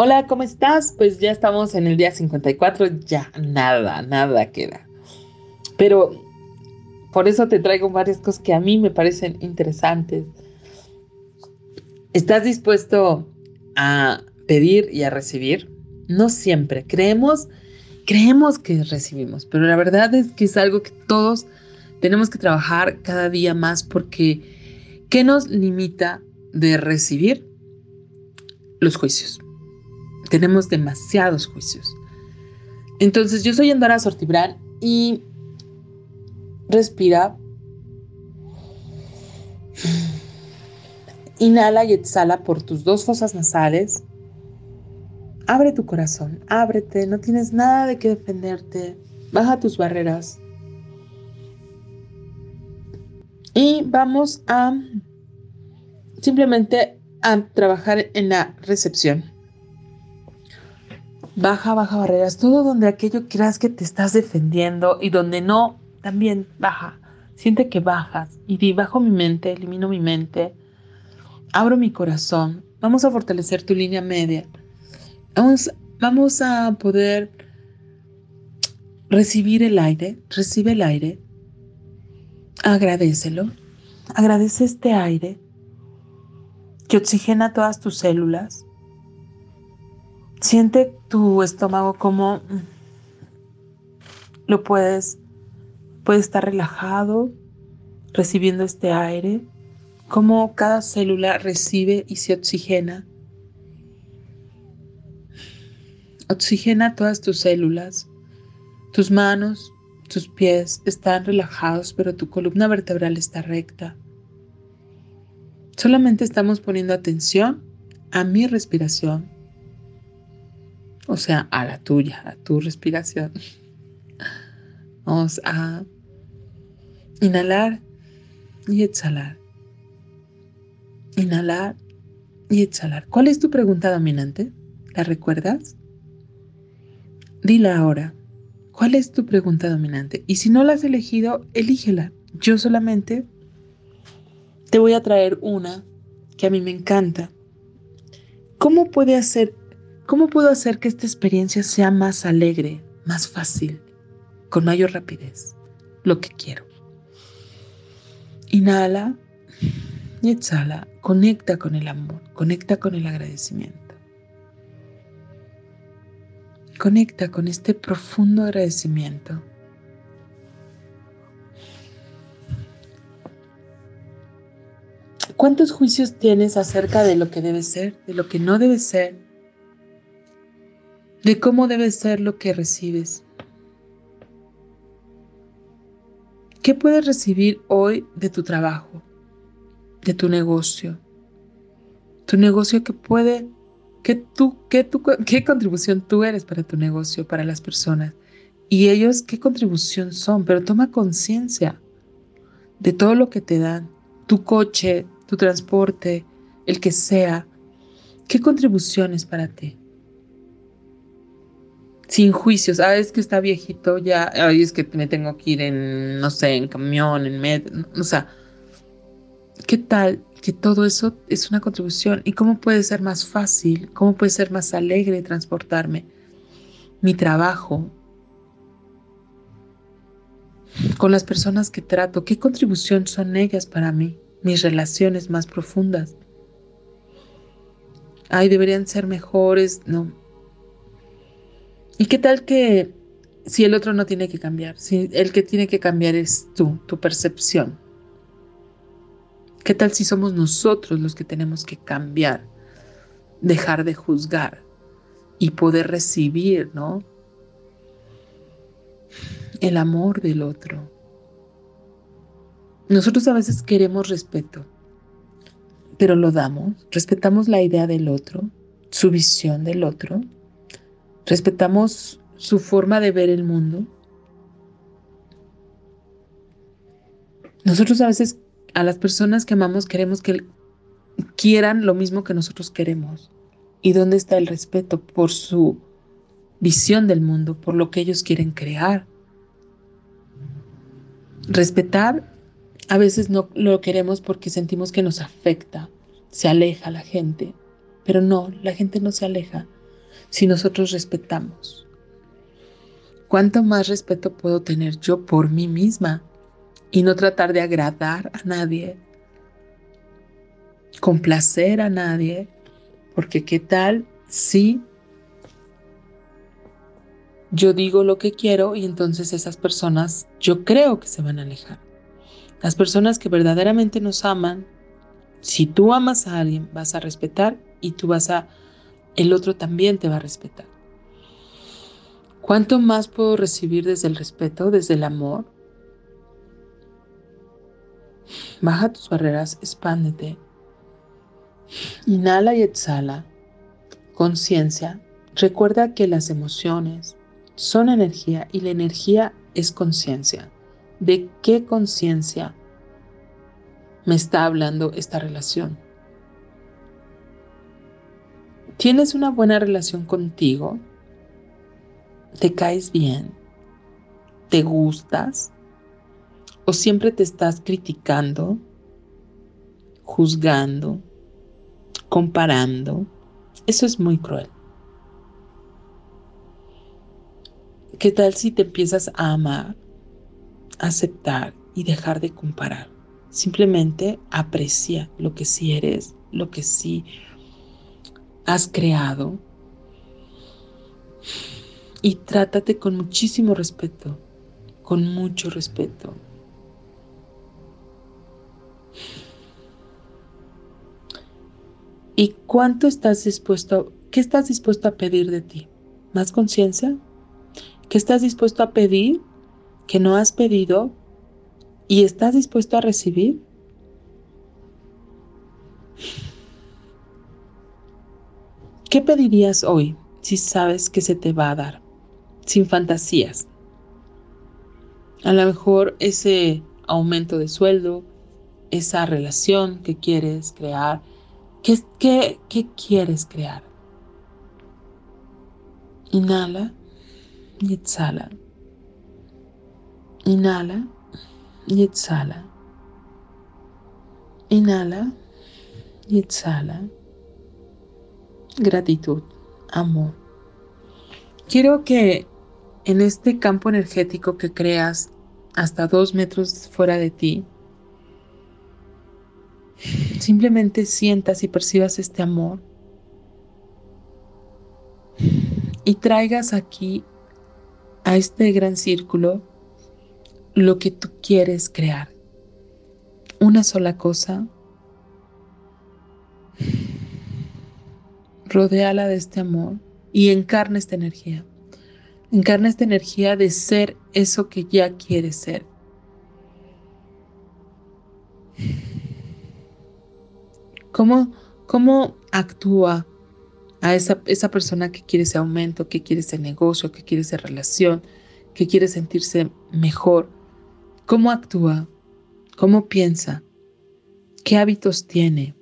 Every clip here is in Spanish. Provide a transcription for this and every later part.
Hola, ¿cómo estás? Pues ya estamos en el día 54, ya nada queda. Pero por eso te traigo varias cosas que a mí me parecen interesantes. ¿Estás dispuesto a pedir y a recibir? No siempre. Creemos que recibimos, pero la verdad es que es algo que todos tenemos que trabajar cada día más porque ¿qué nos limita de recibir? Los juicios. Tenemos demasiados juicios. Entonces, yo soy Andara Sortibrán y respira, inhala y exhala por tus dos fosas nasales. Abre tu corazón, ábrete, no tienes nada de qué defenderte. Baja tus barreras. Y vamos a simplemente a trabajar en la recepción. Baja barreras. Todo donde aquello creas que te estás defendiendo y donde no, también baja. Siente que bajas y di, bajo mi mente, elimino mi mente, abro mi corazón. Vamos a fortalecer tu línea media. Vamos a poder recibir el aire. Recibe el aire. Agradécelo. Agradece este aire que oxigena todas tus células. Siente tu estómago como lo puede estar relajado, recibiendo este aire, como cada célula recibe y se oxigena. Oxigena todas tus células. Tus manos, tus pies están relajados, pero tu columna vertebral está recta. Solamente estamos poniendo atención a mi respiración, o sea, a la tuya, a tu respiración. Vamos a inhalar y exhalar. Inhalar y exhalar. ¿Cuál es tu pregunta dominante? ¿La recuerdas? Dila ahora. ¿Cuál es tu pregunta dominante? Y si no la has elegido, elígela. Yo solamente te voy a traer una que a mí me encanta. ¿Cómo puede hacer, ¿Cómo puedo hacer que esta experiencia sea más alegre, más fácil, con mayor rapidez? Lo que quiero. Inhala y exhala. Conecta con el amor, conecta con el agradecimiento. Conecta con este profundo agradecimiento. ¿Cuántos juicios tienes acerca de lo que debe ser, de lo que no debe ser, de cómo debe ser lo que recibes? ¿Qué puedes recibir hoy de tu trabajo, de tu negocio? Tu negocio que puede, qué contribución tú eres para tu negocio, para las personas. Y ellos, qué contribución son, pero toma conciencia de todo lo que te dan. Tu coche, tu transporte, el que sea, qué contribución es para ti. Sin juicios, es que está viejito ya, es que me tengo que ir en, no sé, en camión, en metro, o sea, ¿qué tal que todo eso es una contribución? ¿Y cómo puede ser más fácil? ¿Cómo puede ser más alegre transportarme? Mi trabajo, con las personas que trato, ¿qué contribución son ellas para mí? Mis relaciones más profundas. Deberían ser mejores, no. ¿Y qué tal que si el otro no tiene que cambiar? Si el que tiene que cambiar es tú, tu percepción. ¿Qué tal si somos nosotros los que tenemos que cambiar, dejar de juzgar y poder recibir, ¿no? El amor del otro. Nosotros a veces queremos respeto, pero lo damos. Respetamos la idea del otro, su visión del otro. Respetamos su forma de ver el mundo. Nosotros a veces a las personas que amamos queremos que quieran lo mismo que nosotros queremos. ¿Y dónde está el respeto por su visión del mundo, por lo que ellos quieren crear? Respetar a veces no lo queremos porque sentimos que nos afecta, se aleja la gente, pero no, la gente no se aleja. si nosotros respetamos? ¿Cuánto más respeto puedo tener yo por mí misma y no tratar de agradar a nadie, complacer a nadie? Porque ¿qué tal si yo digo lo que quiero y entonces esas personas yo creo que se van a alejar? Las personas que verdaderamente nos aman, si tú amas a alguien, vas a respetar y el otro también te va a respetar. ¿Cuánto más puedo recibir desde el respeto, desde el amor? Baja tus barreras, expándete. Inhala y exhala. Conciencia. Recuerda que las emociones son energía y la energía es conciencia. ¿De qué conciencia me está hablando esta relación? ¿Tienes una buena relación contigo? ¿Te caes bien? ¿Te gustas? ¿O siempre te estás criticando, juzgando, comparando? Eso es muy cruel. ¿Qué tal si te empiezas a amar, a aceptar y dejar de comparar? Simplemente aprecia lo que sí eres, lo que sí has creado y trátate con muchísimo respeto, con mucho respeto. ¿Y cuánto estás dispuesto, qué estás dispuesto a pedir de ti? ¿Más conciencia? ¿Qué estás dispuesto a pedir que no has pedido y estás dispuesto a recibir? ¿Qué pedirías hoy si sabes que se te va a dar? Sin fantasías. A lo mejor ese aumento de sueldo, esa relación que quieres crear. ¿Qué quieres crear? Inhala y exhala. Inhala y exhala. Inhala y exhala. Gratitud, amor. Quiero que en este campo energético que creas hasta 2 metros fuera de ti, simplemente sientas y percibas este amor y traigas aquí a este gran círculo lo que tú quieres crear. Una sola cosa, rodéala de este amor y encarna esta energía. Encarna esta energía de ser eso que ya quieres ser. ¿Cómo actúa a esa persona que quiere ese aumento, que quiere ese negocio, que quiere esa relación, que quiere sentirse mejor? ¿Cómo actúa? ¿Cómo piensa? ¿Qué hábitos tiene?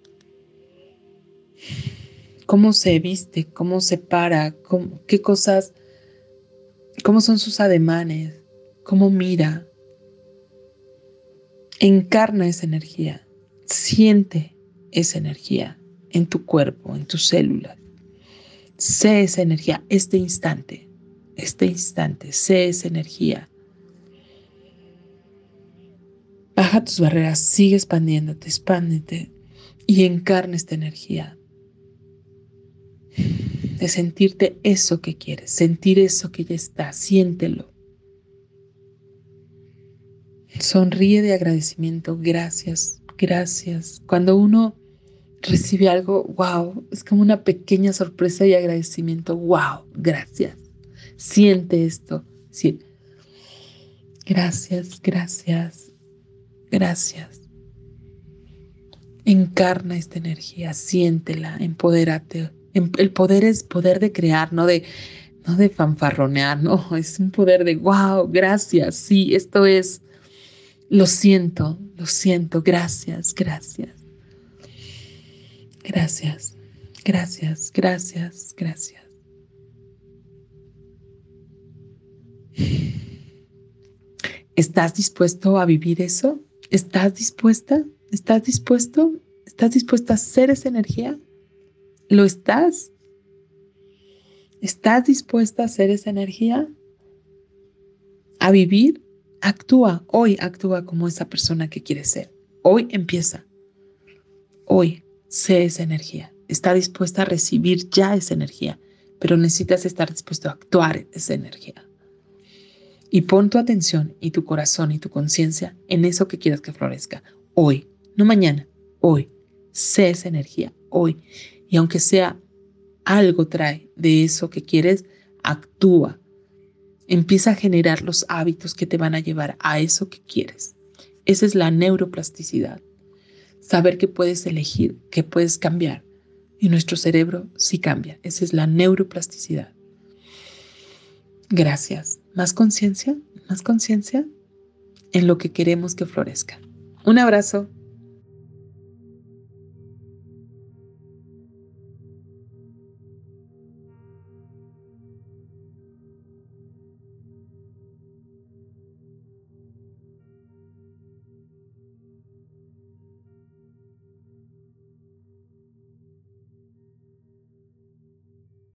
¿Cómo se viste? ¿Cómo se para? ¿Qué cosas? ¿Cómo son sus ademanes? ¿Cómo mira? Encarna esa energía. Siente esa energía en tu cuerpo, en tus células. Sé esa energía este instante, sé esa energía. Baja tus barreras, sigue expandiéndote, expándete y encarna esta energía de sentirte eso que quieres, sentir eso que ya está, siéntelo. Sonríe de agradecimiento, gracias, gracias. Cuando uno recibe algo, wow, es como una pequeña sorpresa y agradecimiento, wow, gracias. Siente esto, sí. Gracias, gracias, gracias. Encarna esta energía, siéntela, empodérate. El poder es poder de crear, no de fanfarronear, no, es un poder de wow, gracias, sí, esto es, lo siento, gracias, gracias, gracias, gracias, gracias, gracias. ¿Estás dispuesto a vivir eso? ¿Estás dispuesta? ¿Estás dispuesto? ¿Estás dispuesta a ser esa energía? ¿Lo estás? ¿Estás dispuesta a ser esa energía? ¿A vivir? Actúa, hoy actúa como esa persona que quieres ser. Hoy empieza. Hoy sé esa energía. Está dispuesta a recibir ya esa energía, pero necesitas estar dispuesto a actuar esa energía. Y pon tu atención y tu corazón y tu conciencia en eso que quieras que florezca. Hoy, no mañana, hoy. Sé esa energía, hoy. Y aunque sea algo trae de eso que quieres, actúa. Empieza a generar los hábitos que te van a llevar a eso que quieres. Esa es la neuroplasticidad. Saber que puedes elegir, que puedes cambiar. Y nuestro cerebro sí cambia. Esa es la neuroplasticidad. Gracias. Más conciencia en lo que queremos que florezca. Un abrazo.